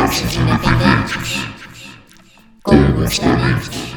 Universos Independentes com Gustavo.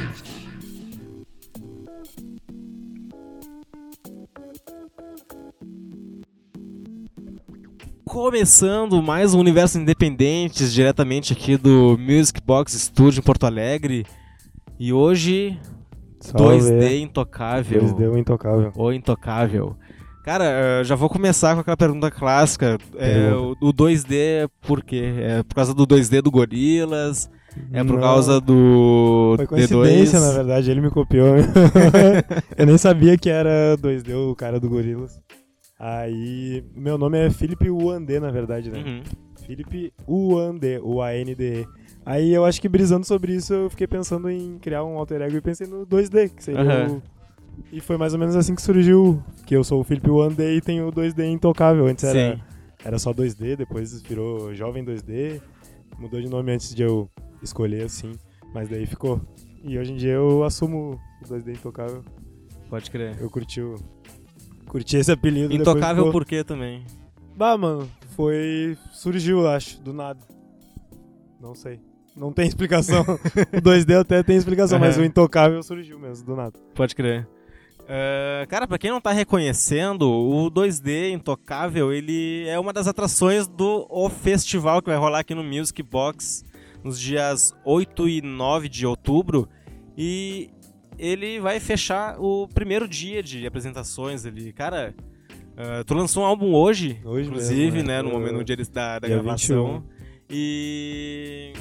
Começando mais um Universo Independentes, diretamente aqui do Music Box Studio em Porto Alegre. E hoje, Salve. 2D Intocável. 2D o Intocável. O Intocável. Cara, já vou começar com aquela pergunta clássica. O 2D por quê? É por causa do 2D do Gorillaz? É por causa do Foi coincidência, D2? na verdade, ele me copiou. Eu nem sabia que era 2D o cara do Gorillaz. Aí, meu nome é Felipe Uandê, na verdade, né? Uhum. Felipe Uandê, U-A-N-D-E. Aí eu acho que brisando sobre isso, eu fiquei pensando em criar um alter ego e pensei no 2D, que seria o... E foi mais ou menos assim que surgiu, que eu sou o Felipe Uandê e tenho o 2D Intocável. Antes era só 2D, depois virou Jovem 2D, mudou de nome antes de eu escolher, assim, mas daí ficou. E hoje em dia eu assumo o 2D Intocável. Pode crer. Eu curti esse apelido. Intocável por quê também? Bah, mano, surgiu, acho, do nada. Não sei. Não tem explicação. O 2D até tem explicação, mas o Intocável surgiu mesmo, do nada. Pode crer. Cara, pra quem não tá reconhecendo, o 2D Intocável, ele é uma das atrações do festival que vai rolar aqui no Music Box nos dias 8 e 9 de outubro. E ele vai fechar o primeiro dia de apresentações ali. Cara, tu lançou um álbum hoje inclusive, mesmo, né? No momento no dia da dia gravação. 21. E...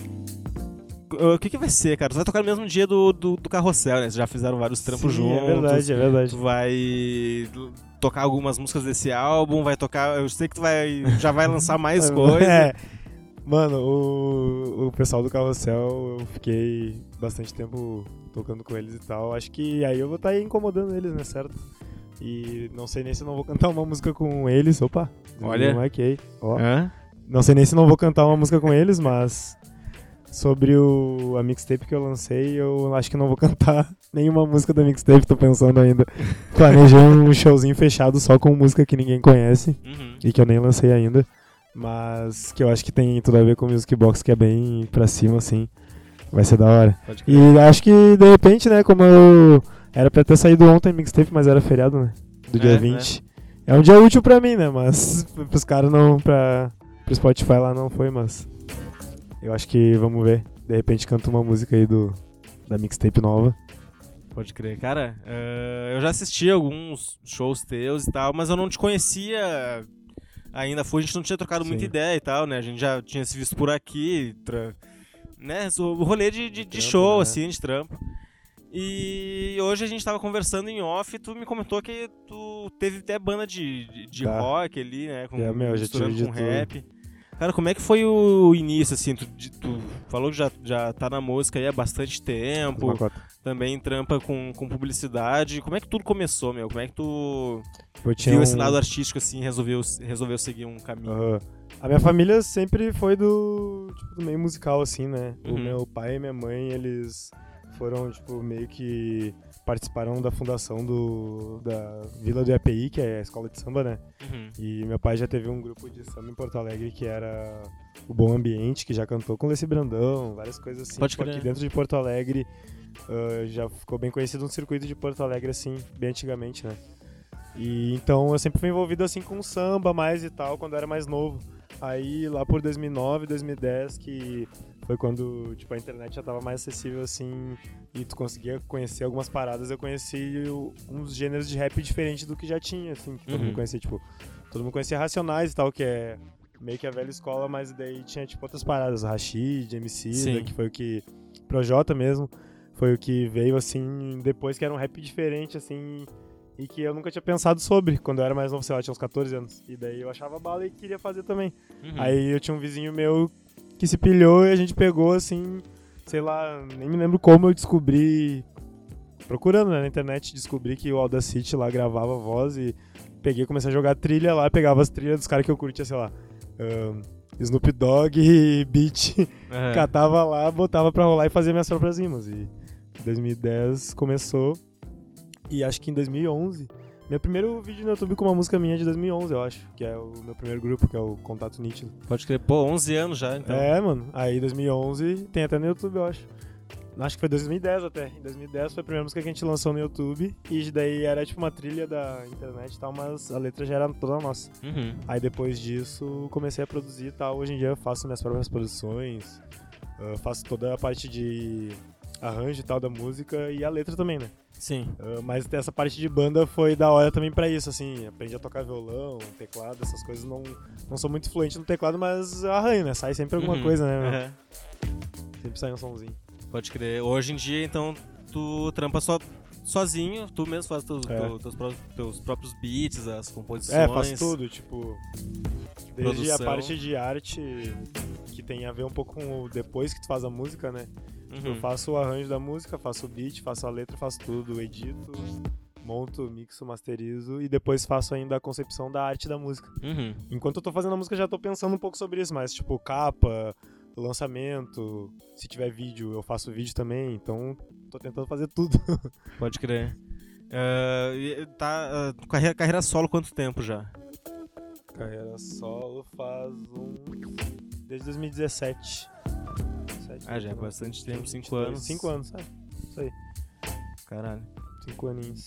O que vai ser, cara? Tu vai tocar no mesmo dia do Carrossel, né? Vocês já fizeram vários trampos juntos. É verdade. Tu vai tocar algumas músicas desse álbum, vai tocar... Eu sei que já vai lançar mais coisa. Mano, o pessoal do Carrossel, eu fiquei bastante tempo tocando com eles e tal. Acho que aí eu vou estar incomodando eles, né, certo? E não sei nem se não vou cantar uma música com eles. Opa! Olha! Ó. Não sei nem se não vou cantar uma música com eles, mas... Sobre a mixtape que eu lancei, eu acho que não vou cantar nenhuma música da mixtape, tô pensando ainda. Planejei um showzinho fechado só com música que ninguém conhece e que eu nem lancei ainda, mas que eu acho que tem tudo a ver com o Music Box, que é bem pra cima, assim. Vai ser da hora. E acho que, de repente, né, como eu... Era pra ter saído ontem a mixtape, mas era feriado, né? Do dia 20. É um dia útil pra mim, né? Mas pros caras não... Pro Spotify lá não foi, mas... Eu acho que, vamos ver, de repente canto uma música aí da mixtape nova. Pode crer. Cara, eu já assisti alguns shows teus e tal, mas eu não te conhecia ainda. A gente não tinha trocado muita ideia e tal, né? A gente já tinha se visto por aqui, né? O rolê de Trampo, show, né? assim, de trampo. E hoje a gente tava conversando em off e tu me comentou que tu teve até banda de rock ali, né? Misturando já com rap. Cara, como é que foi o início, assim? Tu falou que já tá na música aí há bastante tempo, também trampa com publicidade. Como é que tudo começou, meu? Como é que tu viu esse lado artístico, assim, e resolveu seguir um caminho? A minha família sempre foi do meio musical, assim, né? O meu pai e minha mãe, eles foram, meio que participaram da fundação da Vila do API, que é a escola de samba, né? E meu pai já teve um grupo de samba em Porto Alegre que era o Bom Ambiente, que já cantou com Leci Brandão, várias coisas assim. Pode crer. Aqui dentro de Porto Alegre já ficou bem conhecido um circuito de Porto Alegre, assim, bem antigamente, né? E então eu sempre fui envolvido assim com samba mais e tal, quando eu era mais novo. Aí lá por 2009, 2010, que foi quando a internet já tava mais acessível assim e tu conseguia conhecer algumas paradas, eu conheci uns gêneros de rap diferentes do que já tinha, assim, que todo mundo conhecia, todo mundo conhecia Racionais e tal, que é meio que a velha escola, mas daí tinha outras paradas, Rashid, MC, que foi o que Projota mesmo, foi o que veio assim depois, que era um rap diferente assim. E que eu nunca tinha pensado sobre, quando eu era mais novo, sei lá, tinha uns 14 anos. E daí eu achava bala e queria fazer também. Aí eu tinha um vizinho meu que se pilhou e a gente pegou, assim, sei lá, nem me lembro como eu descobri, procurando, né, na internet, descobri que o Audacity lá gravava voz e peguei, comecei a jogar trilha lá, pegava as trilhas dos caras que eu curtia, sei lá, Snoop Dogg e Beat, catava lá, botava pra rolar e fazia minhas próprias rimas. E 2010 começou. E acho que em 2011 Meu primeiro vídeo no YouTube com uma música minha é de 2011, eu acho. Que é o meu primeiro grupo, que é o Contato Nítido. Pode crer. Pô, 11 anos já, então. É, mano. Aí 2011 tem até no YouTube, eu acho. Acho que foi 2010 até. Em 2010 foi a primeira música que a gente lançou no YouTube. E daí era tipo uma trilha da internet e tal, mas a letra já era toda nossa. Uhum. Aí depois disso comecei a produzir e tal. Hoje em dia eu faço minhas próprias produções. Faço toda a parte de arranjo e tal da música e a letra também, né? Sim. Mas essa parte de banda foi da hora também pra isso, assim. Aprendi a tocar violão, teclado, essas coisas. Não sou muito fluente no teclado, mas arranho, né? Sai sempre alguma coisa, né? Uhum. Sempre sai um somzinho. Pode crer. Hoje em dia, então, tu trampa sozinho, tu mesmo faz teus próprios beats, as composições. Faço tudo, tipo... Desde produção. a parte de arte, que tem a ver um pouco com o depois que tu faz a música, né? Tipo, eu faço o arranjo da música, faço o beat, faço a letra, faço tudo, edito, monto, mixo, masterizo e depois faço ainda a concepção da arte da música. Uhum. Enquanto eu tô fazendo a música, já tô pensando um pouco sobre isso, mas tipo, capa, lançamento, se tiver vídeo, eu faço vídeo também, então tô tentando fazer tudo. Pode crer. Carreira solo quanto tempo já? Carreira solo faz desde 2017. Já é bastante tempo, 5 22, anos. 5 anos, isso aí. Caralho. 5 aninhos.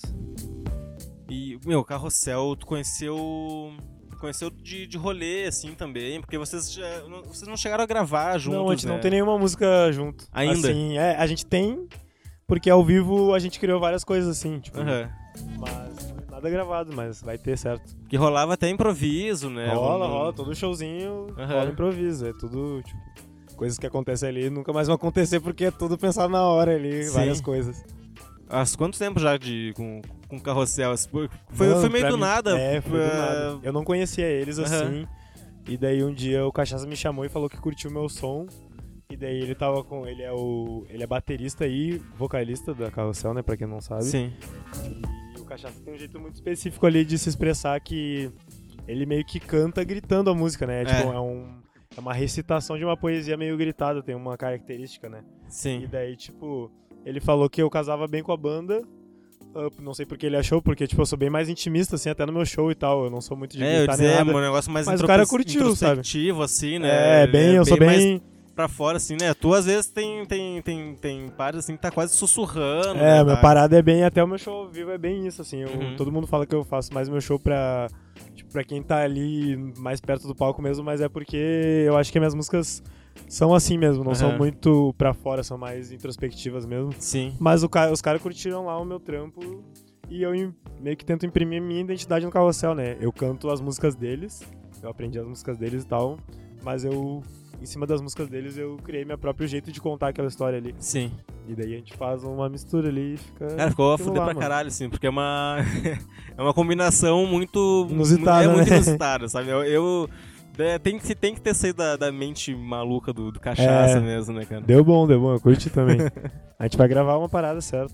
E, Carrossel, tu conheceu de rolê, assim, também, porque vocês não chegaram a gravar juntos, Não, a gente né? não tem nenhuma música junto. Ainda? Assim, a gente tem, porque ao vivo a gente criou várias coisas, assim, tipo... Mas nada gravado, mas vai ter, certo? Que rolava até improviso, né? Rola, todo showzinho rola improviso, é tudo, tipo... Coisas que acontecem ali nunca mais vão acontecer porque é tudo pensado na hora ali, várias coisas. Há quanto tempo já com Carrossel? Foi meio do nada. Foi do nada. Eu não conhecia eles assim, e daí um dia o Cachaça me chamou e falou que curtiu o meu som, e daí ele tava com... Ele é baterista e vocalista da Carrossel, né, pra quem não sabe. Sim. E o Cachaça tem um jeito muito específico ali de se expressar que ele meio que canta gritando a música, né? Tipo, é uma recitação de uma poesia meio gritada, tem uma característica, né? Sim. E daí, tipo, ele falou que eu casava bem com a banda, não sei porque ele achou, porque, tipo, eu sou bem mais intimista, assim, até no meu show e tal, eu não sou muito de gritar nem nada. Um negócio mais mas o cara curtiu, sabe? Assim, né? Eu sou bem... Pra fora, assim, né? Tu, às vezes, tem partes, assim, que tá quase sussurrando. Minha parada é bem... Até o meu show ao vivo é bem isso, assim. Todo mundo fala que eu faço mais meu show pra quem tá ali mais perto do palco mesmo, mas é porque eu acho que minhas músicas são assim mesmo, não são muito pra fora, são mais introspectivas mesmo. Sim. Mas os caras curtiram lá o meu trampo e eu meio que tento imprimir minha identidade no Carrossel, né? Eu canto as músicas deles, eu aprendi as músicas deles e tal, mas em cima das músicas deles, eu criei meu próprio jeito de contar aquela história ali. Sim. E daí a gente faz uma mistura ali e fica... Cara, ficou a fuder pra caralho, assim, porque é uma combinação muito... Inusitada, muito né? inusitada, sabe? Tem que ter saído da mente maluca do Cachaça mesmo, né, cara? Deu bom, eu curti também. A gente vai gravar uma parada, certo?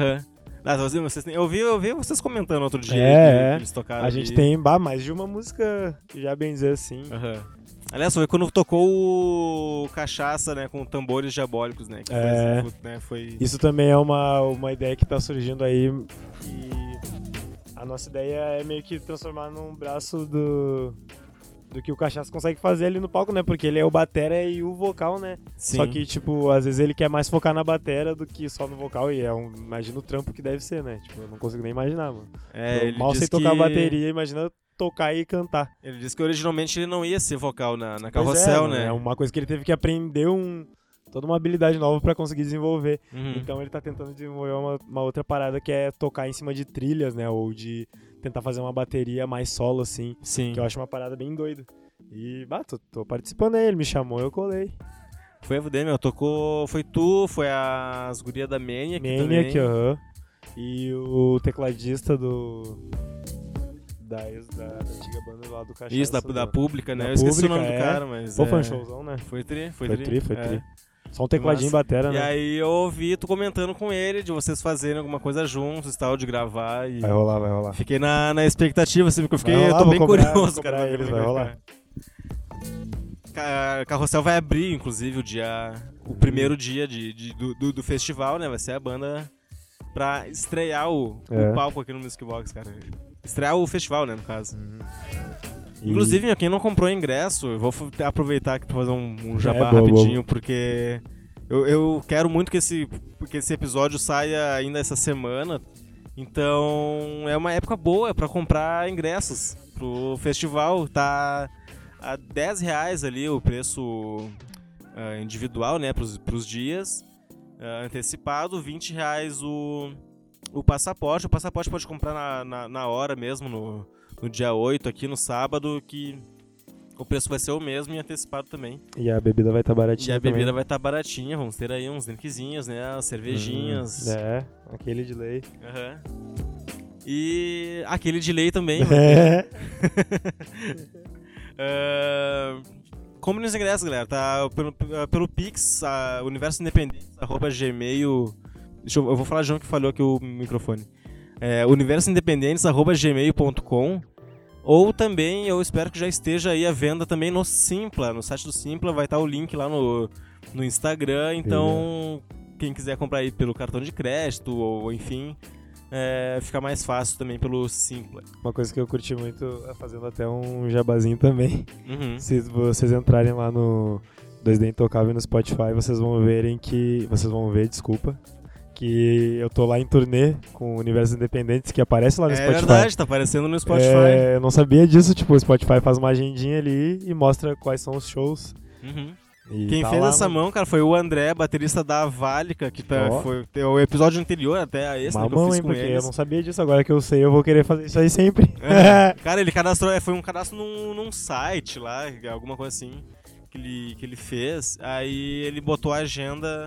Eu vi vocês comentando outro dia que eles tocaram. A gente tem mais de uma música, já bem dizer assim. Aliás, foi quando tocou o Cachaça, né, com tambores diabólicos, né? Que foi... Isso também é uma ideia que tá surgindo aí. E a nossa ideia é meio que transformar num braço do que o Cachaça consegue fazer ali no palco, né? Porque ele é o batera e o vocal, né? Sim. Só que, tipo, às vezes ele quer mais focar na batera do que só no vocal. E imagina o trampo que deve ser, né? Tipo, eu não consigo nem imaginar, mano. Eu mal sei tocar bateria, imagina tocar e cantar. Ele disse que originalmente ele não ia ser vocal na Carrossel, né? É uma coisa que ele teve que aprender toda uma habilidade nova pra conseguir desenvolver. Então ele tá tentando desenvolver uma outra parada que é tocar em cima de trilhas, né? Ou de tentar fazer uma bateria mais solo, assim. Sim. Que eu acho uma parada bem doida. E, tô participando aí, ele me chamou, eu colei. Foi a FD, tocou... Foi tu, foi as gurias da Maniac também. Maniac, E o tecladista da antiga banda lá do Cachaça. Isso, da Pública, né? Da eu esqueci Pública, o nome do cara, mas... Pô, foi um showzão, né? Foi tri. Só um tecladinho e batera, né? E aí eu ouvi tu comentando com ele de vocês fazerem alguma coisa juntos e tal, de gravar. E vai rolar. Fiquei na expectativa, assim, porque eu tô bem curioso, cara. Eles, vai rolar. Carrossel vai abrir, inclusive, o primeiro dia do festival, né? Vai ser a banda pra estrear o palco aqui no Music Box, cara. Estrear o festival, né, no caso. Inclusive, quem não comprou ingresso, eu vou aproveitar aqui pra fazer um jabá rapidinho, porque eu quero muito que esse episódio saia ainda essa semana. Então, é uma época boa pra comprar ingressos pro festival. Tá a R$10 ali o preço individual, né, pros dias. Antecipado, R$20 o passaporte. O passaporte pode comprar na hora mesmo, no dia 8 aqui no sábado, que o preço vai ser o mesmo e antecipado também. E a bebida vai estar baratinha. Vai estar baratinha, vamos ter aí uns drinkzinhos, né? As cervejinhas. Aquele de lei. E aquele de lei também. Compre nos ingressos, galera. Tá pelo Pix, universoindependentes@gmail. Eu vou falar junto que falhou aqui o microfone. universoindependentes@gmail.com. Ou também, eu espero que já esteja aí à venda também no Simpla. No site do Simpla vai estar o link lá no Instagram. Então, quem quiser comprar aí pelo cartão de crédito ou enfim, fica mais fácil também pelo Simpla. Uma coisa que eu curti muito, fazendo até um jabazinho também. Se vocês entrarem lá no 2D Intocável no Spotify, vocês vão ver que eu tô lá em turnê com o Universo Independentes, que aparece lá no Spotify. É verdade, tá aparecendo no Spotify. Eu não sabia disso, tipo, o Spotify faz uma agendinha ali e mostra quais são os shows. Quem fez essa mão, cara, foi o André, baterista da Válica, que foi o episódio anterior até a esse, uma que eu fiz mão, com porque eles. eu não sabia disso, agora que eu sei, eu vou querer fazer isso aí sempre. Cara, ele cadastrou, foi um cadastro num site lá, alguma coisa assim, que ele fez. Aí ele botou a agenda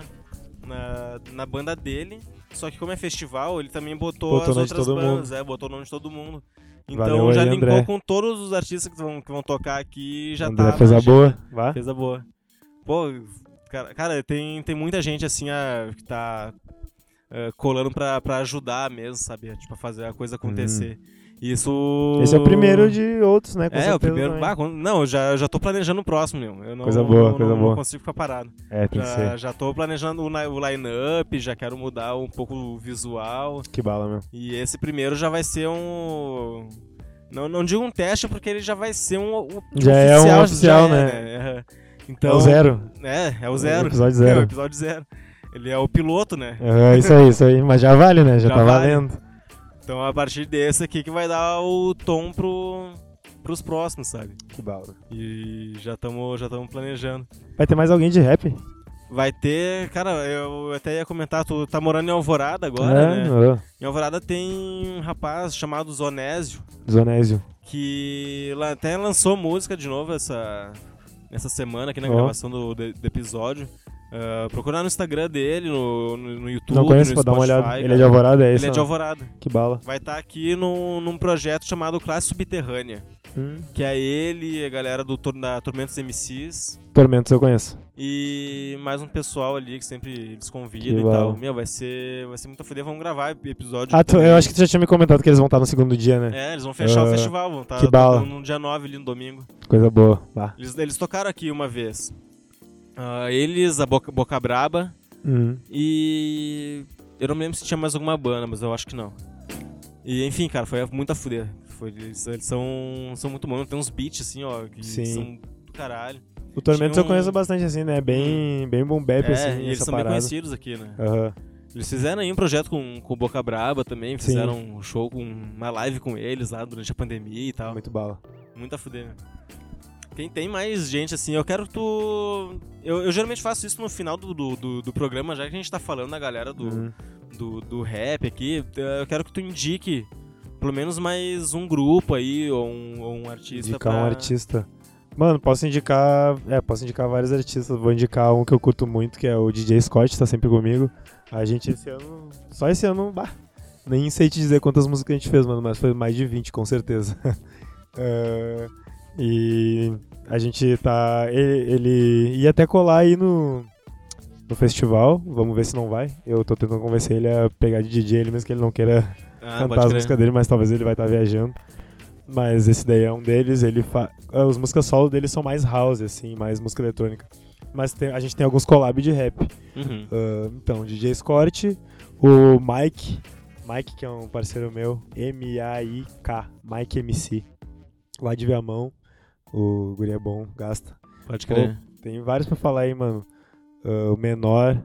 na banda dele, só que como é festival, ele também botou as outras bandas, botou o nome de todo mundo. Então valeu já aí, linkou André. com todos os artistas que vão tocar aqui, já André tá. Fez a boa, vá. Fez a boa. Pô, cara, tem muita gente assim que tá colando pra ajudar mesmo, sabe? Tipo, a fazer a coisa acontecer. Isso... Esse é o primeiro de outros, né? Com o primeiro. Não, eu já tô planejando o próximo, meu. Eu coisa boa. Não consigo ficar parado. Tem que ser. Já tô planejando o line-up, já quero mudar um pouco o visual. Que bala, meu. E esse primeiro já vai ser um... Não digo um teste, porque ele já vai ser um já oficial, é um oficial, né? Então, é o zero. É o zero. É o episódio zero. É o episódio zero. Ele é o piloto, né? Isso aí. Mas já vale, né? Já tá valendo. Então, a partir desse aqui que vai dar o tom pros próximos, sabe? Que bala. E já estamos planejando. Vai ter mais alguém de rap? Vai ter... Cara, eu até ia comentar, tu tá morando em Alvorada agora, né? Em Alvorada tem um rapaz chamado Zonésio. Que até lançou música de novo essa semana aqui na gravação do episódio. Procurar no Instagram dele, no YouTube, não conheço, no vou dar uma Spotify. olhada. Ele é de Alvorada, é isso? Ele é de Alvorada. Que bala. Vai estar aqui num projeto chamado Classe Subterrânea. Que é ele e a galera da Tormentos MCs. Tormentos eu conheço. E mais um pessoal ali que sempre eles convidam e tal. Meu, vai ser muito foder. Vamos gravar episódio. Eu acho que tu já tinha me comentado que eles vão estar no segundo dia, né? Eles vão fechar o festival. Vão estar no dia 9 ali no domingo. Coisa boa. Eles tocaram aqui uma vez. Eles, a Boca Braba. E eu não me lembro se tinha mais alguma banda, mas eu acho que não. E enfim, cara, foi muito a fuder. Eles são muito bons. Tem uns beats assim, ó, que são do caralho. O Tormentos eu conheço bastante assim, né? Bem boom bap assim. E eles são bem conhecidos aqui, né? Eles fizeram aí um projeto com o Boca Braba também. Fizeram um show, uma live com eles lá durante a pandemia e tal. Muito bala. Muito a fuder, né? Tem mais gente, assim, eu quero que tu... Eu geralmente faço isso no final do programa, já que a gente tá falando da galera do rap aqui. Eu quero que tu indique pelo menos mais um grupo aí, ou um artista. Indicar um artista. Mano, posso indicar vários artistas. Vou indicar um que eu curto muito, que é o DJ Scott, tá sempre comigo. A gente só esse ano, nem sei te dizer quantas músicas a gente fez, mano, mas foi mais de 20, com certeza. E a gente tá... Ele ia até colar aí no festival, vamos ver se não vai. Eu tô tentando convencer ele a pegar de DJ, ele mesmo que ele não queira cantar as músicas dele, mas talvez ele vai estar viajando. Mas esse daí é um deles, as músicas solo dele são mais house, assim, mais música eletrônica. Mas a gente tem alguns collab de rap. Uhum. Então, DJ Scott, o Mike, que é um parceiro meu, M-A-I-K, Mike MC, lá de Viamão, o guri é bom, gasta. Pode crer. Tem vários pra falar aí, mano. O Menor,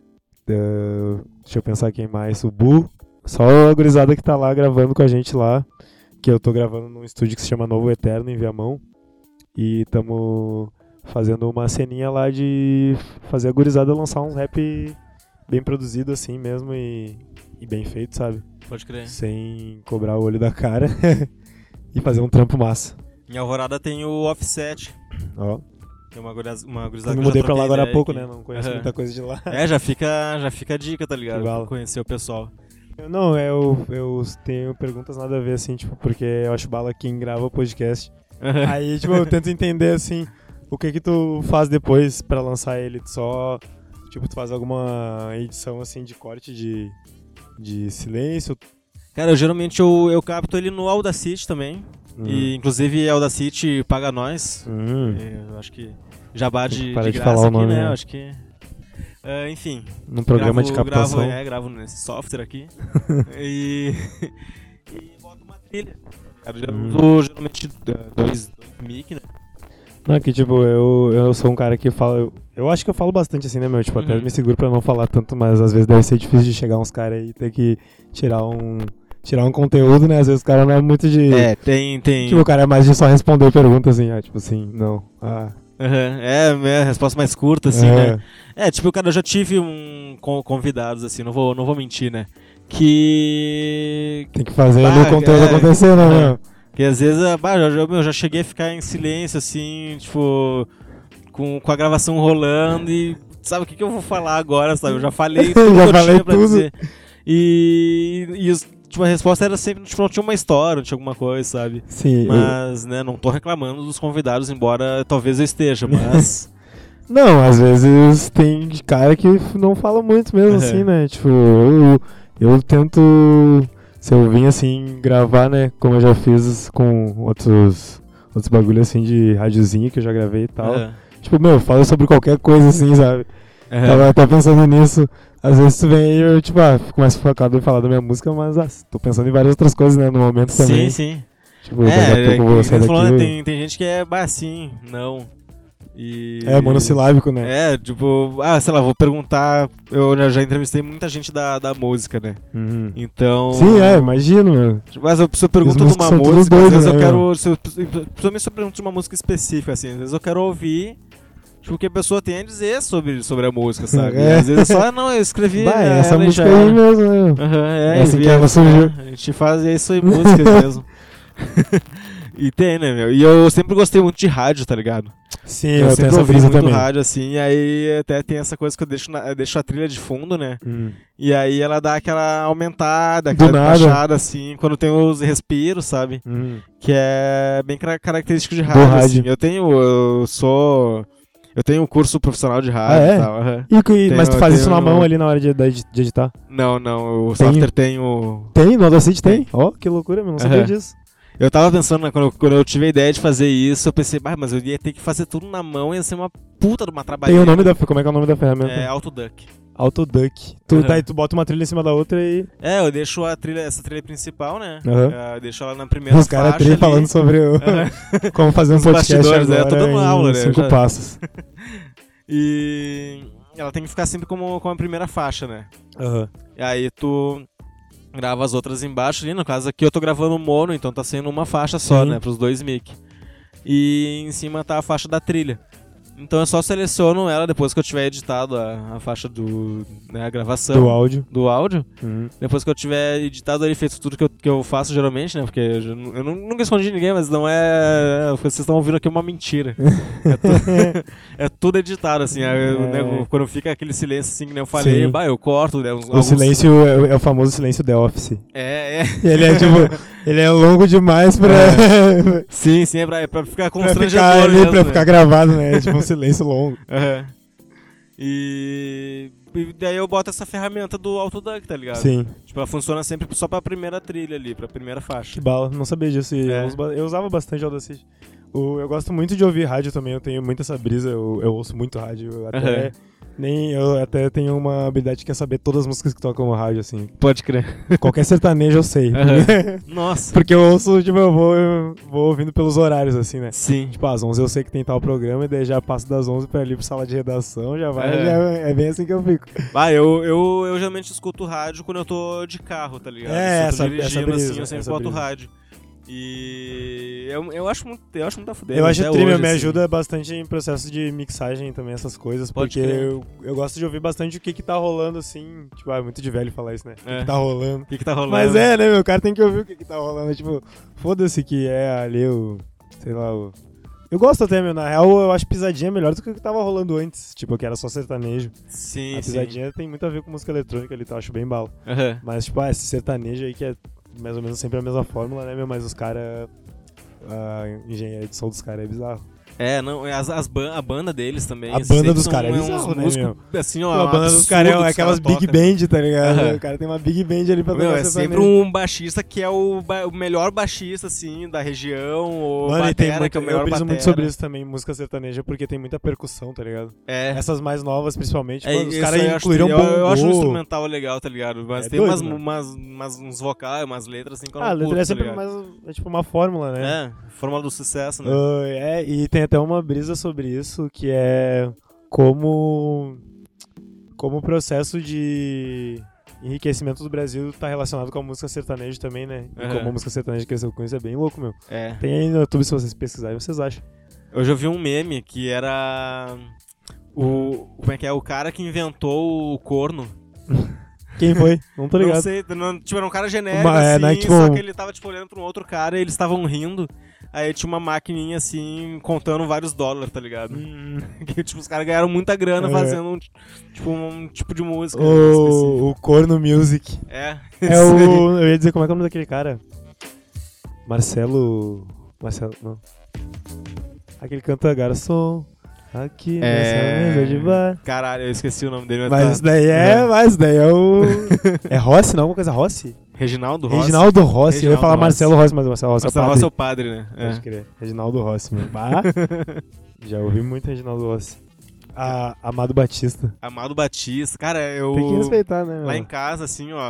deixa eu pensar quem mais, o Bu, só a gurizada que tá lá gravando com a gente lá, que eu tô gravando num estúdio que se chama Novo Eterno, em Viamão, e tamo fazendo uma ceninha lá de fazer a gurizada lançar um rap bem produzido assim mesmo e bem feito, sabe? Pode crer. Sem cobrar o olho da cara e fazer um trampo massa. Em Alvorada tem o Offset. Ó. Tem uma gurizada Eu que eu me já mudei pra lá troquei agora há ideia pouco, aqui. né? Não conheço Aham. muita coisa de lá. Já fica a dica, tá ligado? Que bala. Pra conhecer o pessoal. Não, eu tenho perguntas nada a ver, assim, tipo, porque eu acho bala quem grava o podcast. Aí, tipo, eu tento entender, assim, o que tu faz depois pra lançar ele. Tu só, tipo, tu faz alguma edição, assim, de corte de silêncio. Cara, eu capto ele no Audacity também. E, inclusive, a Audacity paga nós. Eu acho que jabá de Parar de graça falar o aqui, nome, né? né? Eu acho que... enfim. Num programa de captação. Gravo nesse software aqui. e boto uma trilha. Cara, eu uso geralmente dois mic, né? Não, que tipo, eu sou um cara que fala. Eu acho que eu falo bastante assim, né, meu? Tipo, até me seguro pra não falar tanto, mas às vezes deve ser difícil de chegar uns caras aí e ter que tirar um conteúdo, né? Às vezes o cara não é muito de. Tem. Tipo, o cara é mais de só responder perguntas assim, tipo assim, não. A resposta mais curta, assim, né? Tipo, cara, eu já tive convidados, assim, não vou mentir, né? Que... Tem que fazer ali o conteúdo acontecer, né, meu? Que às vezes, eu já cheguei a ficar em silêncio, assim, tipo, com a gravação rolando e sabe o que eu vou falar agora, sabe? Eu já falei tudo já que eu falei tinha pra tudo. dizer. Tipo, a resposta era sempre, tipo, não tinha uma história, não tinha alguma coisa, sabe? Sim. Mas, né, não tô reclamando dos convidados, embora talvez eu esteja, mas... Não, às vezes tem cara que não fala muito mesmo, assim, né? Tipo, eu tento... Se eu vim, assim, gravar, né, como eu já fiz com outros bagulhos, assim, de rádiozinho que eu já gravei e tal. Tipo, meu, fala sobre qualquer coisa, assim, sabe? Tava até pensando nisso. Às vezes tu vem aí, eu, tipo, fico mais focado em falar da minha música, mas tô pensando em várias outras coisas, né, no momento também. Sim. Tipo, daqui a pouco eu vou sair daqui. Falando, tem gente que é assim, não. Monossilábico, né? Tipo, sei lá, vou perguntar. Eu já entrevistei muita gente da música, né? Então. Sim, imagino, meu. Mas se eu pergunto de uma música, às vezes eu quero. Principalmente se eu pergunto de uma música específica, assim, às vezes eu quero ouvir. Tipo, o que a pessoa tem a dizer sobre a música, sabe? Às vezes é só, não, eu escrevi. Essa música aí mesmo, né? Essa que ela surgiu. A gente faz isso aí, músicas mesmo. E tem, né, meu? E eu sempre gostei muito de rádio, tá ligado? Sim, eu tenho sempre essa ouvi brisa muito também. rádio, assim, e aí até tem essa coisa que eu deixo a trilha de fundo, né? E aí ela dá aquela aumentada, aquela baixada, assim, quando tem os respiros, sabe? Que é bem característico de rádio, assim. Eu tenho um curso profissional de rádio e tal. Mas tu faz isso na mão ali na hora de editar? Não, o software tem o... Tem? No Audacity tem? Ó, que loucura, meu, não sabia disso. Eu tava pensando, né, quando eu tive a ideia de fazer isso, eu pensei, mas eu ia ter que fazer tudo na mão, ia ser uma puta de uma trabalheira. Tem o nome como é que é o nome da ferramenta? É Autoduck. Autoduck. Daí tu bota uma trilha em cima da outra e... eu deixo essa trilha principal, né? Deixo ela na primeira Os caras falando sobre como fazer um podcast agora toda uma aula, né? 5 passos. E ela tem que ficar sempre como a primeira faixa, né? E aí tu grava as outras embaixo ali, no caso aqui eu tô gravando mono, então tá sendo uma faixa só, né, pros dois mic. E em cima tá a faixa da trilha. Então eu só seleciono ela depois que eu tiver editado a faixa a gravação. Do áudio. Depois que eu tiver editado ali, feito tudo que eu faço geralmente, né? Porque eu nunca escondi ninguém, mas não é... Vocês estão ouvindo aqui uma mentira. É tudo editado, assim. Né, quando fica aquele silêncio, assim, que nem eu falei, eu corto. Né, o silêncio é o famoso silêncio The Office. Ele é tipo... Ele é longo demais pra... Sim, é pra ficar constrangedor. Pra ficar gravado, né? É tipo um silêncio longo. E daí eu boto essa ferramenta do Autoduck, tá ligado? Sim. Tipo, ela funciona sempre só pra primeira trilha ali, pra primeira faixa. Que bala, não sabia disso. Eu usava bastante o Audacity. Eu gosto muito de ouvir rádio também, eu tenho muita essa brisa, eu ouço muito rádio, eu até tenho uma habilidade que é saber todas as músicas que tocam no rádio, assim. Pode crer. Qualquer sertanejo eu sei. Nossa. Porque eu ouço, tipo, eu vou ouvindo pelos horários, assim, né? Sim. Tipo, às 11 eu sei que tem tal programa, e daí já passo das 11 pra ir pra sala de redação, é bem assim que eu fico. Eu geralmente escuto rádio quando eu tô de carro, tá ligado? Se eu tô dirigindo, brisa, assim, eu sempre boto rádio. E eu acho muito a fuder. Eu acho que o Trimmer me assim. ajuda bastante em processo de mixagem também, essas coisas, Pode porque crer. eu gosto de ouvir bastante o que tá rolando, assim, tipo, é muito de velho falar isso, né? O que tá rolando. O que tá rolando? Mas né, meu cara tem que ouvir o que tá rolando, tipo, foda-se que é ali sei lá, Eu gosto até, meu, na real eu acho Pisadinha melhor do que o que tava rolando antes, tipo, que era só sertanejo. Sim, A Pisadinha tem muito a ver com música eletrônica ali, tá? Eu acho bem bala. Uhum. Mas, tipo, esse sertanejo aí que é mais ou menos sempre a mesma fórmula, né, meu? Mas os caras. A engenharia de som dos caras é bizarro. Não, a banda deles também. A banda dos caras é uns bizarro, né, músicos, meu? assim, ó, A banda dos caras é aquelas big band, tá ligado? O cara tem uma big band ali pra tocar é sempre um baixista que é o melhor baixista, assim, da região, ou Mano, batera, que é o melhor eu briso batera. muito sobre isso também, música sertaneja, porque tem muita percussão, tá ligado? Essas mais novas, principalmente, mano, os caras incluíram bongô. Eu acho um instrumental legal, tá ligado? Mas tem doido, uns vocais, umas letras, assim, que eu não a letra curto, é sempre tá ligado? mais, é tipo uma fórmula, né? Fórmula do sucesso, né? E tem até uma brisa sobre isso, que é como o processo de enriquecimento do Brasil tá relacionado com a música sertaneja também, né? E como a música sertaneja cresceu com isso é bem louco, meu. Tem aí no YouTube, se vocês pesquisarem, vocês acham. Eu já vi um meme que era como é que é? O cara que inventou o corno. Quem foi? Não tô ligado. Não sei, tipo, era um cara genérico, assim, tipo... só que ele tava, tipo, olhando pra um outro cara e eles estavam rindo. Aí tinha uma maquininha, assim, contando vários dólares, tá ligado? Que, tipo, os caras ganharam muita grana fazendo um tipo de música. O Corno Music. Eu ia dizer, como é que é o nome daquele cara? Marcelo, não. Aquele canta garçom. Aqui nessa mesa de bar. Caralho, eu esqueci o nome dele. Mas isso daí é o... É Rossi, não? Alguma coisa Rossi? Reginaldo Rossi. Reginaldo Rossi. Eu ia falar Marcelo Rossi, mas o Marcelo Rossi é o padre, né? Pode crer. Reginaldo Rossi, meu. Já ouvi muito Reginaldo Rossi. Amado Batista. Amado Batista. Cara, eu... Tem que respeitar, né, meu? Lá em casa, assim, ó,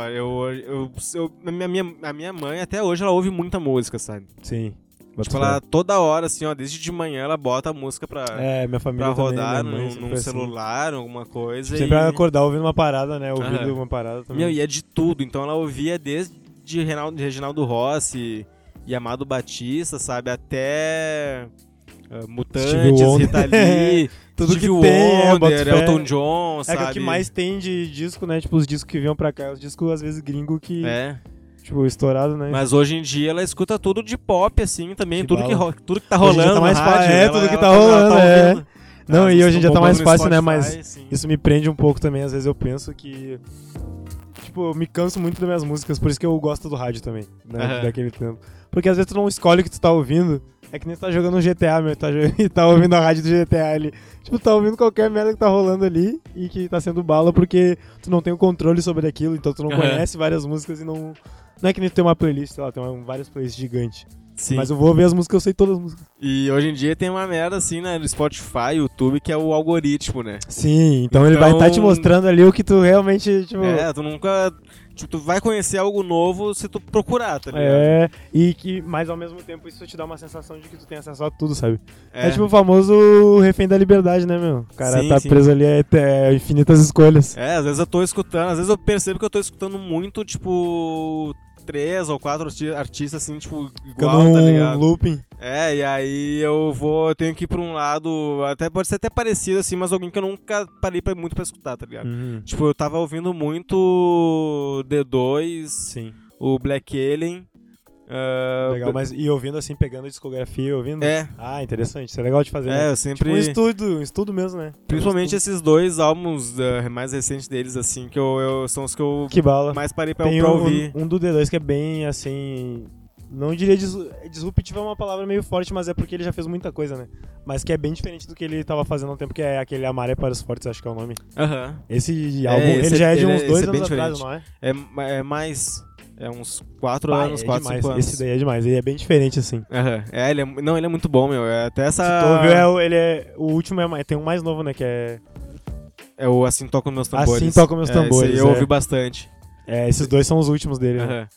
a minha mãe, até hoje, ela ouve muita música, sabe? Sim. Tipo, ela toda hora, assim, ó, desde de manhã ela bota a música pra, minha família pra rodar também, num celular, assim. Alguma coisa. Tipo, sempre acordar ouvindo uma parada, né? Ouvindo uma parada também. Meu, e é de tudo. Então ela ouvia desde Reginaldo Rossi e Amado Batista, sabe? Até Mutantes, Rita Lee, tudo Stevie que tem, Wonder, Elton John, sabe? É que o que mais tem de disco, né? Tipo, os discos que vinham pra cá, os discos às vezes gringo que... Tipo, estourado, né? Mas hoje em dia ela escuta tudo de pop, assim, também. Tudo que tá rolando tá mais no rádio. Tudo que tá rolando, Não, e hoje em dia tá mais fácil, Spotify, né? Mas sim. isso me prende um pouco também. Às vezes eu penso que... Tipo, eu me canso muito das minhas músicas, por isso que eu gosto do rádio também, né? Daquele tempo. Porque às vezes tu não escolhe o que tu tá ouvindo. É que nem tu tá jogando um GTA, meu, e tá ouvindo a rádio do GTA ali. Tipo, tá ouvindo qualquer merda que tá rolando ali e que tá sendo bala porque tu não tem o controle sobre aquilo, então tu não conhece várias músicas e não... Não é que nem tu tem uma playlist, sei lá, tem várias playlists gigantes. Sim. Mas eu vou ouvir as músicas, eu sei todas as músicas. E hoje em dia tem uma merda assim, né, no Spotify, YouTube, que é o algoritmo, né? Sim, então ele vai estar te mostrando ali o que tu realmente, tipo... tu nunca... Tipo, tu vai conhecer algo novo se tu procurar, tá ligado? Mas ao mesmo tempo isso te dá uma sensação de que tu tem acesso a tudo, sabe? É tipo o famoso refém da liberdade, né, meu? O cara preso ali a infinitas escolhas. Às vezes eu tô escutando, às vezes eu percebo que eu tô escutando muito, tipo... 3 ou 4 artistas, assim, tipo, igual, tá ligado? Looping. E aí eu tenho que ir pra um lado, pode ser até parecido, assim, mas alguém que eu nunca parei muito pra escutar, tá ligado? Tipo, eu tava ouvindo muito D2, sim. O Black Alien. Legal, mas e ouvindo assim, pegando a discografia e ouvindo? Interessante, isso é legal de fazer, né? Eu sempre... Tipo um estudo mesmo, né? Principalmente esses dois álbuns mais recentes deles, assim, que são os que eu mais parei pra ouvir. Um do D2 que é bem, assim... Não diria disruptivo, é uma palavra meio forte, mas é porque ele já fez muita coisa, né? Mas que é bem diferente do que ele tava fazendo há um tempo, que é aquele Amar é para os Fortes, acho que é o nome. Esse álbum, ele já é de uns 2 anos atrás, não é? É mais... É uns 4 anos, 4, 5 anos. Esse daí é demais, ele é bem diferente, assim. Aham. É, ele é muito bom, meu. É até essa... Se tu ouviu, ele é... O último tem um mais novo, né, que é... É o Assim Tocam Meus Tambores. Assim Tocam Meus Tambores, Esse aí eu ouvi bastante. Esses dois são os últimos dele, né? Aham.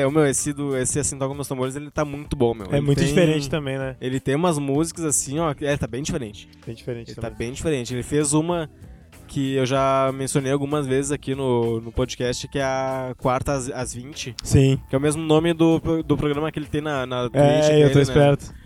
Esse Assim Tocam Meus Tambores, ele tá muito bom, meu. É muito diferente também, né? Ele tem umas músicas assim, ó, tá bem diferente. Bem diferente Ele também. tá bem diferente. Ele fez uma que eu já mencionei algumas vezes aqui no podcast, que é a Quarta às 20. Sim. Que é o mesmo nome do programa que ele tem na Twitch. Eu tô dele, esperto. Né?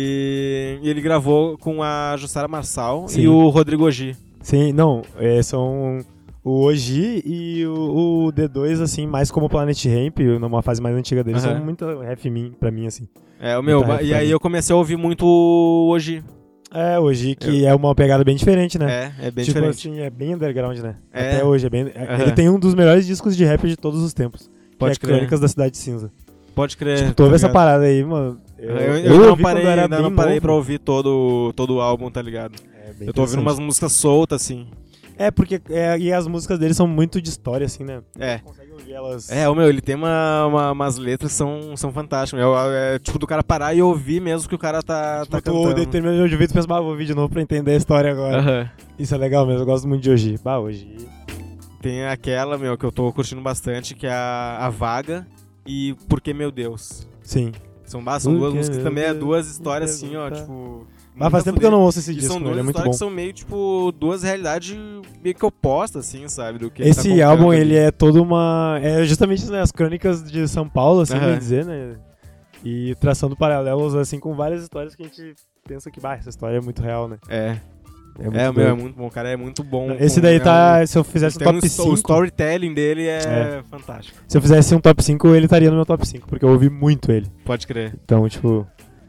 E ele gravou com a Jussara Marçal Sim. e o Rodrigo Ogi. Sim, não, são o Ogi e o D2, assim, mais como Planet Ramp, numa fase mais antiga deles, são muito rap pra mim, assim. E aí eu comecei a ouvir muito o Ogi. O Ogi, que é uma pegada bem diferente, né? É bem tipo diferente. assim, é bem underground, né? É. Até hoje, ele tem um dos melhores discos de rap de todos os tempos. Pode que é crer. Crônicas da Cidade Cinza. Pode crer. Tipo, tu ouve essa parada aí, mano. Eu não parei, ainda não parei pra ouvir todo o álbum, tá ligado? Eu tô ouvindo umas músicas soltas, assim. Porque e as músicas dele são muito de história, assim, né? É. Você consegue ouvir elas... Ele tem umas letras que são fantásticas. É tipo do cara parar e ouvir mesmo que o cara tá cantando. Tu termina de ouvir e tu pensa, vou ouvir de novo pra entender a história agora. Isso é legal mesmo, eu gosto muito de Ogi. Ogi... Tem aquela, que eu tô curtindo bastante, que é a Vaga e Porque Meu Deus. Sim. São duas músicas também, duas histórias assim, ó, tipo... Faz tempo que eu não ouço esse disco, são duas ele é muito histórias bom. que são meio, tipo, duas realidades meio que opostas, assim, sabe? Do que esse álbum, ele é todo uma... É justamente isso, né? As crônicas de São Paulo, assim, bem dizer, né? E traçando paralelos, assim, com várias histórias que a gente pensa que, essa história é muito real, né? É muito bom, cara, é muito bom. Esse daí se eu fizesse um top 5... O storytelling dele é fantástico. Se eu fizesse um top 5, ele estaria no meu top 5, porque eu ouvi muito ele. Pode crer. Então, tipo...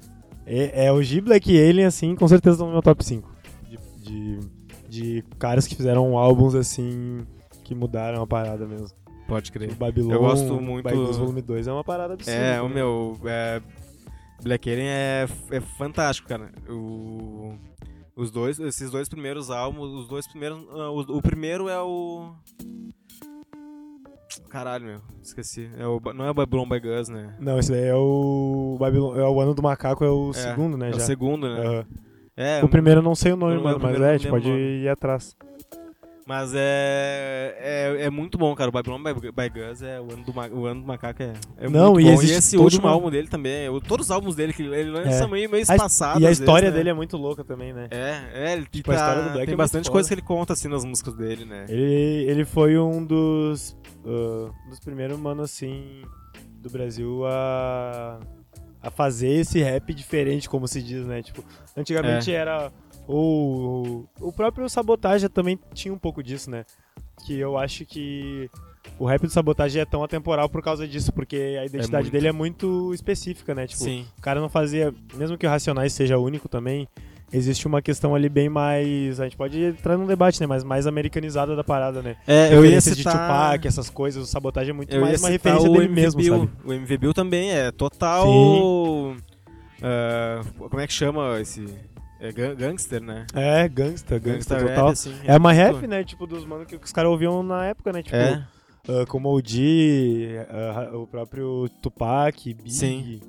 o G, Black Alien, assim, com certeza estão no meu top 5. De caras que fizeram álbuns, assim, que mudaram a parada mesmo. Pode crer. O Babylon, eu gosto muito... Babylon Volume 2 é uma parada absurda. Black Alien é fantástico, cara. Esses dois primeiros álbuns, o primeiro é o... Caralho, esqueci. Não é o Babylon by Gus, né? Não, esse daí é o Babylon, o Ano do Macaco, é o segundo, né? É o segundo, né? O primeiro eu não sei o nome, mas a gente pode ir atrás. Mas é muito bom, cara. O Babylon by Gus, o ano do Macaco é muito bom. E esse último álbum dele também. Todos os álbuns dele que ele lança meio espaçados. E a história dele é muito louca também, né? Ele tipo, a história do Black tem bastante coisa que ele conta assim nas músicas dele, né? Ele foi um dos primeiros, mano, assim, do Brasil a fazer esse rap diferente, como se diz, né? Tipo, antigamente era... O próprio Sabotagem também tinha um pouco disso, né? Que eu acho que o rap do Sabotagem é tão atemporal por causa disso, porque a identidade dele é muito específica, né? Tipo, sim. O cara não fazia... Mesmo que o Racionais seja único também, existe uma questão ali bem mais... A gente pode entrar num debate, né? Mas mais americanizada da parada, né? Eu ia citar... de Tupac, essas coisas, o Sabotagem é muito mais uma referência dele mesmo, sabe? O MV Bill também é total... como é que chama esse... Gangster, né? Gangster rap, total. Assim, é uma rap, né? Tipo, dos manos que os caras ouviam na época, né? Tipo, como o D, o próprio Tupac, Big. Sim.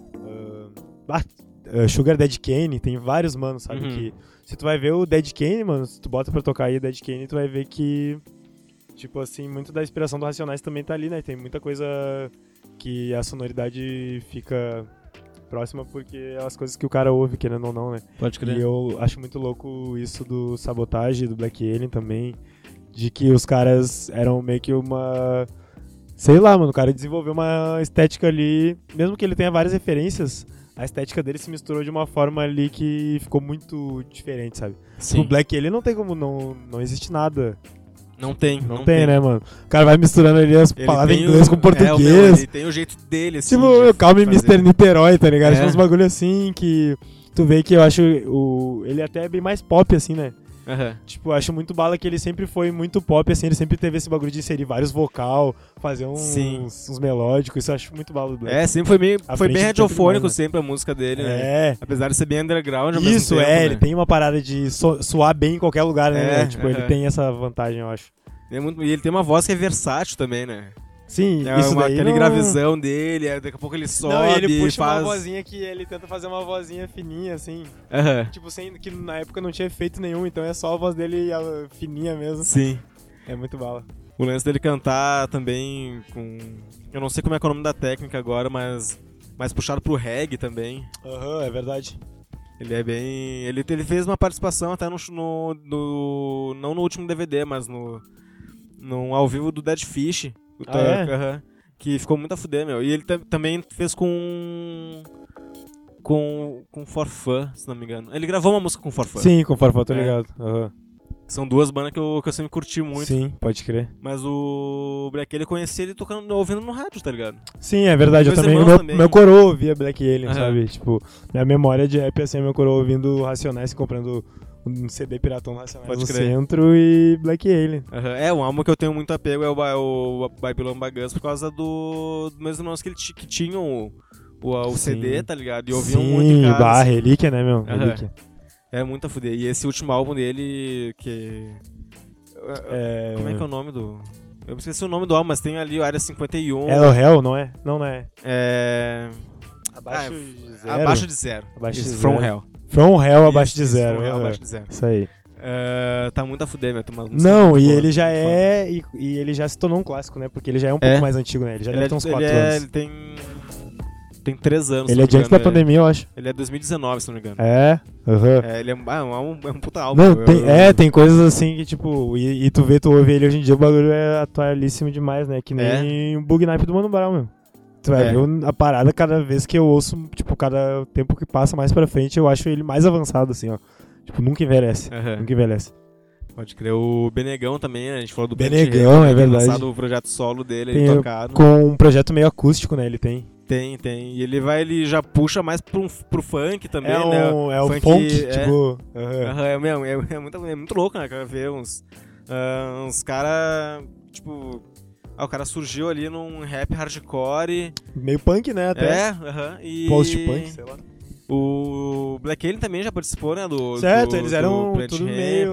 Sugar Dead Kane, tem vários manos, sabe? Que se tu vai ver o Dead Kane, mano, se tu bota pra tocar aí o Dead Kane, tu vai ver que, tipo assim, muito da inspiração do Racionais também tá ali, né? Tem muita coisa que a sonoridade fica próxima porque é as coisas que o cara ouve, querendo ou não, né? Pode crer. E eu acho muito louco isso do Sabotagem, do Black Alien também, de que os caras eram meio que uma... Sei lá, mano, o cara desenvolveu uma estética ali, mesmo que ele tenha várias referências, a estética dele se misturou de uma forma ali que ficou muito diferente, sabe? Sim. No Black Alien não tem como, não existe nada. Não tem, né, mano? O cara vai misturando ali as palavras em inglês com português. Ele tem o jeito dele, assim. Tipo, Calma Mr. Niterói, tá ligado? Tipo uns bagulho assim que tu vê que eu acho ele até é bem mais pop, assim, né? Tipo, eu acho muito bala que ele sempre foi muito pop, assim, ele sempre teve esse bagulho de inserir vários vocal, fazer uns melódicos, isso eu acho muito bala do Black. Sempre foi bem radiofônico sempre a música dele, né? Apesar de ser bem underground ao mesmo tempo, ele tem uma parada de soar bem em qualquer lugar, né? Tipo, ele tem essa vantagem, eu acho. E ele tem uma voz que é versátil também, né? Sim, isso daí aquele não... gravizão dele, aí daqui a pouco ele sobe Não, e ele puxa faz... uma vozinha que ele tenta fazer uma vozinha fininha, assim. Aham. Tipo, sem, que na época não tinha efeito nenhum, então é só a voz dele fininha mesmo. Sim. É muito bala. O lance dele cantar também com... Eu não sei como é que é o nome da técnica agora, mas puxado pro reggae também. Aham, é verdade. Ele é bem... Ele fez uma participação até não no último DVD, mas no ao vivo do Dead Fish. É? Que ficou muito a fuder, meu. E ele também fez com Forfã, se não me engano. Ele gravou uma música com Forfã. Sim, com Farfã, tô ligado. Aham. São duas bandas que eu sempre curti muito. Sim, pode crer. Mas o Black Alien eu conheci ele ouvindo no rádio, tá ligado? Sim, é verdade. Eu Meus também, irmãos também. meu coroa ouvia Black Alien, Aham. sabe? Tipo, minha memória de rap, assim, meu coroa ouvindo Racionais, comprando um CD piratão do Racionais Pode no crer. centro e Black Alien. Um álbum que eu tenho muito apego é o Babylon Bagus por causa dos meus irmãos que tinham o CD, tá ligado? E ouviam muito em casa. Bah, assim. relíquia, né, meu? Aham. Relíquia. É muito a fuder. E esse último álbum dele, que... Como é que é o nome do... Eu esqueci o nome do álbum, mas tem ali o Área 51. Hello Hell, não é? Não é. Abaixo de zero. Abaixo de zero. Abaixo de Isso, zero. From Hell. From Hell abaixo de Isso, zero. From Hell aham. abaixo de zero. Isso aí. Tá muito a fuder, meu. Tem umas músicas Não, muito e boas, ele já muito foda. é... E ele já se tornou um clássico, né? Porque ele já é um pouco mais antigo, né? Ele já deve ter uns 4 anos. Ele tem 3 anos. Ele se é não de me antes da engano, pandemia, eu acho. Ele é 2019, se não me engano. É, aham. Ele é um puta álbum. Não, tem coisas assim que, tipo, e tu ouve ele hoje em dia, o bagulho é atualíssimo demais, né? Que nem o Bug Night do Mano Brown, meu. Tu vai ver a parada cada vez que eu ouço, tipo, cada tempo que passa mais pra frente, eu acho ele mais avançado, assim, ó. Tipo, nunca envelhece. Nunca envelhece. Pode crer. O Benegão também, né? A gente falou do Benegão, é verdade. lançado o projeto solo dele, Tem, ele tocado. com um projeto meio acústico, né? Ele tem. Tem. E ele já puxa mais pro funk também, né? É o funk, tipo... aham. É muito louco, né? Cara, ver uns caras, tipo... o cara surgiu ali num rap hardcore. Meio punk, né? Até. E... Post-punk, sei lá. O Black Alien também já participou, né? Certo, eles eram Planet tudo Ramp. meio,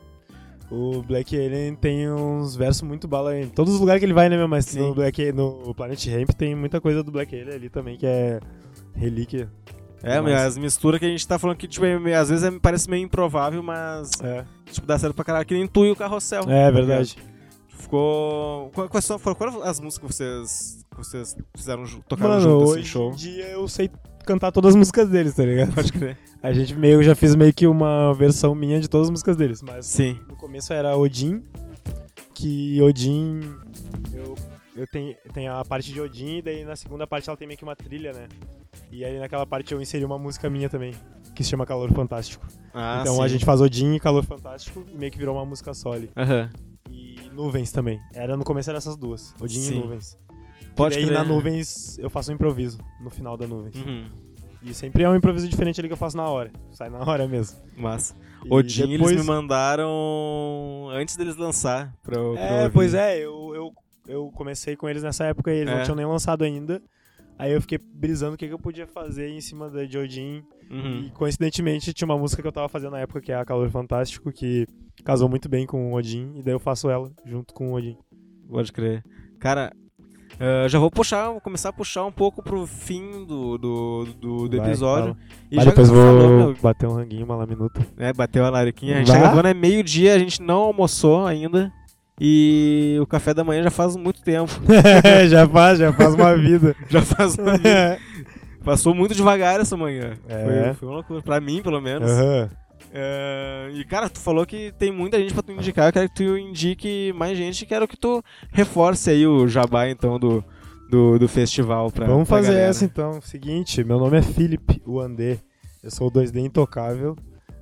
O Black Alien tem uns versos muito bala em todos os lugares que ele vai, né, meu? Mas Sim. no Planet Ramp tem muita coisa do Black Alien ali também, que é relíquia. As misturas que a gente tá falando que, tipo, às vezes parece meio improvável, mas tipo, dá certo pra caralho, que nem tu e o Carrossel. É verdade. Ficou... Quais foram as músicas que vocês fizeram tocaram Mano, junto, assim, hoje show? em dia eu sei cantar todas as músicas deles, tá ligado? Pode crer. A gente já fiz meio que uma versão minha de todas as músicas deles, mas Sim. no começo era Odin, que Odin eu tenho a parte de Odin e daí na segunda parte ela tem meio que uma trilha, né? E aí naquela parte eu inseri uma música minha também, que se chama Calor Fantástico. Então sim. a gente faz Odin e Calor Fantástico e meio que virou uma música só ali. E Nuvens também. No começo eram essas duas, Odin Sim. e Nuvens. Pode e daí crer. na Nuvens eu faço um improviso, no final da Nuvens. Uhum. E sempre é um improviso diferente ali que eu faço na hora. Sai na hora mesmo. Massa. E Odin, depois... eles me mandaram antes deles lançar pra eu ouvir. Pois é, eu comecei com eles nessa época e eles não tinham nem lançado ainda. Aí eu fiquei brisando o que eu podia fazer em cima de Odin. Uhum. E coincidentemente tinha uma música que eu tava fazendo na época que é a Calor Fantástico, que casou muito bem com o Odin. E daí eu faço ela junto com o Odin. Pode crer. Cara, já vou começar a puxar um pouco pro fim do episódio. E já depois que tu falou, vou meu, bater um ranguinho, uma laminuta. bateu a lariquinha. A gente tá gravando é meio-dia, a gente não almoçou ainda. E o café da manhã já faz muito tempo. já faz uma vida. Já faz uma vida. Passou muito devagar essa manhã. É. Foi uma loucura. Pra mim, pelo menos. Aham. E, cara, tu falou que tem muita gente pra tu indicar. Eu quero que tu indique mais gente. Quero que tu reforce aí o jabá, então, do festival. Vamos pra fazer galera. essa, então. Seguinte, meu nome é Felipe Uandê. Eu sou o 2D Intocável.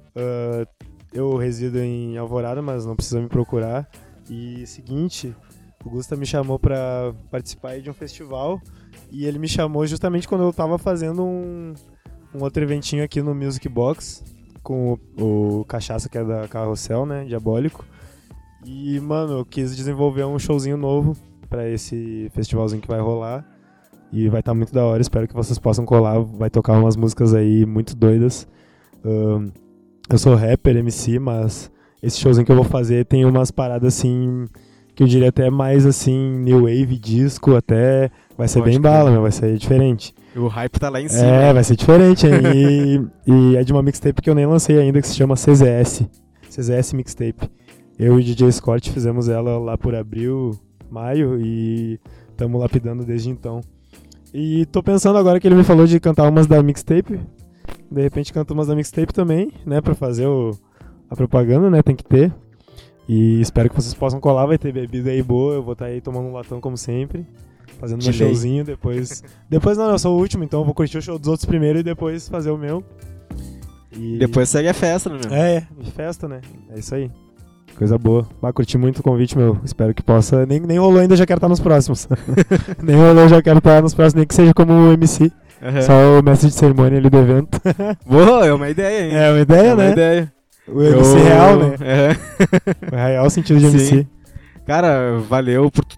Eu resido em Alvorada, mas não precisa me procurar. E, seguinte, o Gusta me chamou pra participar aí de um festival. E ele me chamou justamente quando eu tava fazendo um outro eventinho aqui no Music Box. Com o Cachaça, que é da Carrossel, né? Diabólico. E, mano, eu quis desenvolver um showzinho novo pra esse festivalzinho que vai rolar. E vai estar muito da hora, espero que vocês possam colar. Vai tocar umas músicas aí muito doidas. Eu sou rapper, MC, mas esse showzinho que eu vou fazer tem umas paradas assim que eu diria até mais assim, new wave, disco, até vai ser Pode bem crer. bala, meu, vai ser diferente. O hype tá lá em cima. É, vai ser diferente, hein? E é de uma mixtape que eu nem lancei ainda, que se chama CZS Mixtape. Eu e o DJ Scott fizemos ela lá por abril, maio, e estamos lapidando desde então. E tô pensando agora que ele me falou de cantar umas da mixtape, de repente canto umas da mixtape também, né, pra fazer a propaganda, né, tem que ter. E espero que vocês possam colar, vai ter bebida aí boa, eu vou estar aí tomando um latão como sempre, fazendo meu De lei. showzinho, depois não, eu sou o último, então eu vou curtir o show dos outros primeiro e depois fazer o meu. E Depois segue a festa, né, meu? é, festa, né, é isso aí. Coisa boa. Vai curtir muito o convite, meu. Espero que possa. Nem rolou ainda, já quero estar nos próximos. Nem rolou, já quero estar nos próximos, nem que seja como MC. Uhum. Só o mestre de cerimônia ali do evento. Boa, é uma ideia, hein? É uma ideia, É uma né? ideia. O MC real, né? É. O real sentido de Sim. MC. Cara, valeu por tu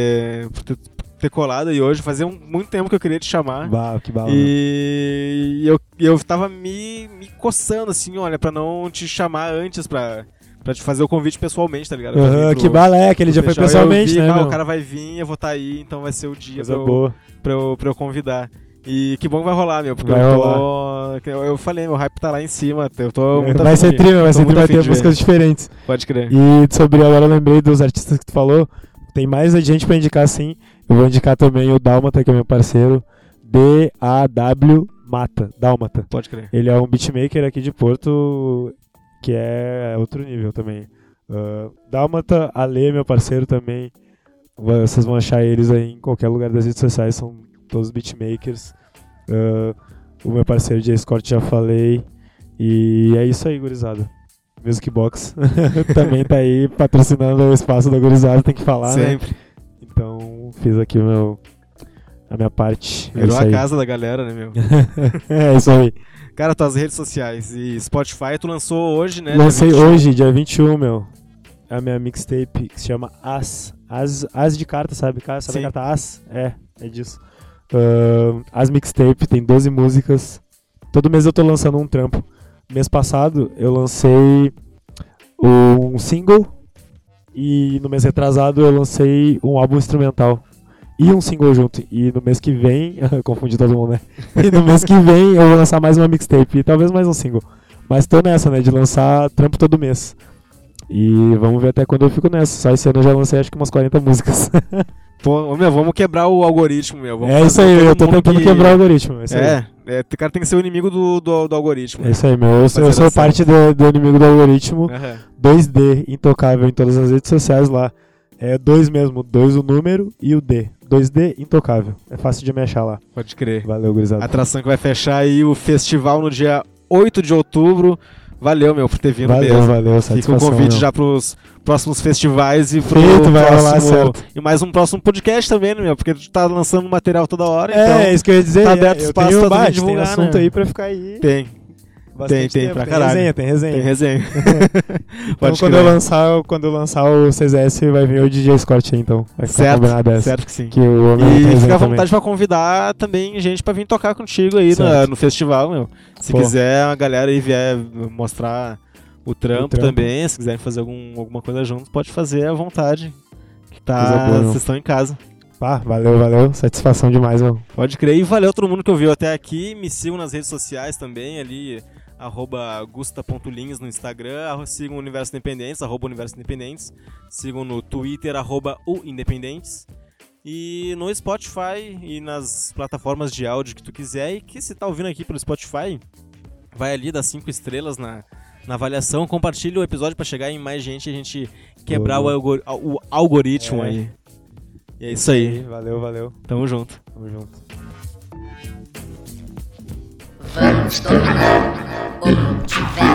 ter colado aí hoje. Fazia muito tempo que eu queria te chamar. Bah, que bala. Né? E eu tava me coçando, assim, olha, pra não te chamar antes pra te fazer o convite pessoalmente, tá ligado? Pra vir pro- Que bala é, aquele pro dia foi festival. pessoalmente, Eu vi, né? meu? o cara vai vir, eu vou estar aí, então vai ser o dia Coisa boa. pra eu convidar. E que bom que vai rolar, meu, porque Vai eu falei, meu hype tá lá em cima, eu tô muito Vai afim ser de- trio, vai tô ser muito trio, vai afim ter de músicas ver. diferentes. Pode crer. E sobre agora eu lembrei dos artistas que tu falou. Tem mais gente pra indicar, sim. Eu vou indicar também o Dálmata, que é meu parceiro. D-A-W Mata. Dálmata. Pode crer. Ele é um beatmaker aqui de Porto, que é outro nível também. Dálmata, Ale, meu parceiro também. Vocês vão achar eles aí em qualquer lugar das redes sociais, são todos beatmakers. O meu parceiro Jay Scott já falei. E é isso aí, gurizada. Music Box também tá aí patrocinando o espaço da gurizada, tem que falar, né? Sempre. Então fiz aqui a minha parte. É Virou isso a aí. casa da galera, né, meu? É isso aí. Cara, tuas redes sociais e Spotify, tu lançou hoje, né? Lancei dia 21. hoje, dia 21, meu. A minha mixtape que se chama As de carta, sabe? Sabe Sim. a carta As? É disso. As mixtape, tem 12 músicas. Todo mês eu tô lançando um trampo. Mês passado eu lancei um single e no mês retrasado eu lancei um álbum instrumental e um single junto. E no mês que vem, confundi todo mundo, né? E no mês que vem eu vou lançar mais uma mixtape e talvez mais um single. Mas tô nessa, né, de lançar trampo todo mês. E vamos ver até quando eu fico nessa. Só esse ano eu já lancei acho que umas 40 músicas. Pô, meu, vamos quebrar o algoritmo, meu. Vamos É isso fazer aí, todo eu tô mundo tentando quebrar o algoritmo. É isso aí. O cara tem que ser o inimigo do algoritmo. É isso aí, meu. Eu Fazer sou dar parte do inimigo do algoritmo. Aham. 2D, intocável em todas as redes sociais lá. É 2 mesmo, 2 o número e o D. 2D, intocável. É fácil de me achar lá. Pode crer. Valeu, gurizada. Atração que vai fechar aí o festival no dia 8 de outubro. Valeu, meu, por ter vindo Valeu, mesmo. valeu. Fica o Satisfação, convite meu. já pros próximos festivais e pro Feito, vai rolar, próximo... certo. E mais um próximo podcast também, né, meu? Porque tu tá lançando material toda hora, É, então... isso que eu ia dizer. tá aberto eu espaço tenho, pra tem divulgar, assunto né? aí pra ficar aí. Tem bastante tem, tempo. pra caralho. Tem resenha. Tem resenha. Então Pode quando crer. eu lançar o CZS vai vir o DJ Scott aí, então. Vai ficar combinado essa. Certo que sim. Que o homem tem E resenha fica à também. vontade pra convidar também gente pra vir tocar contigo aí Certo. no festival, meu. Se Pô. quiser a galera aí vier mostrar o trampo trampo. também, se quiserem fazer alguma coisa junto, pode fazer à vontade. Que Coisa tá, boa, meu. vocês estão em casa. Pá, valeu. Satisfação demais, meu. Pode crer. E valeu todo mundo que ouviu até aqui. Me sigam nas redes sociais também, ali, @gusta.lins no Instagram. Sigam o Universo Independentes, @Universo Independentes. Sigam no Twitter, @uindependentes. E no Spotify e nas plataformas de áudio que tu quiser. E que se tá ouvindo aqui pelo Spotify, vai ali, dá 5 estrelas na avaliação. Compartilha o episódio pra chegar em mais gente e a gente quebrar o algoritmo É. aí. E é isso aí. Valeu. Tamo junto. Tamo junto. Vamos dominar o multiverso.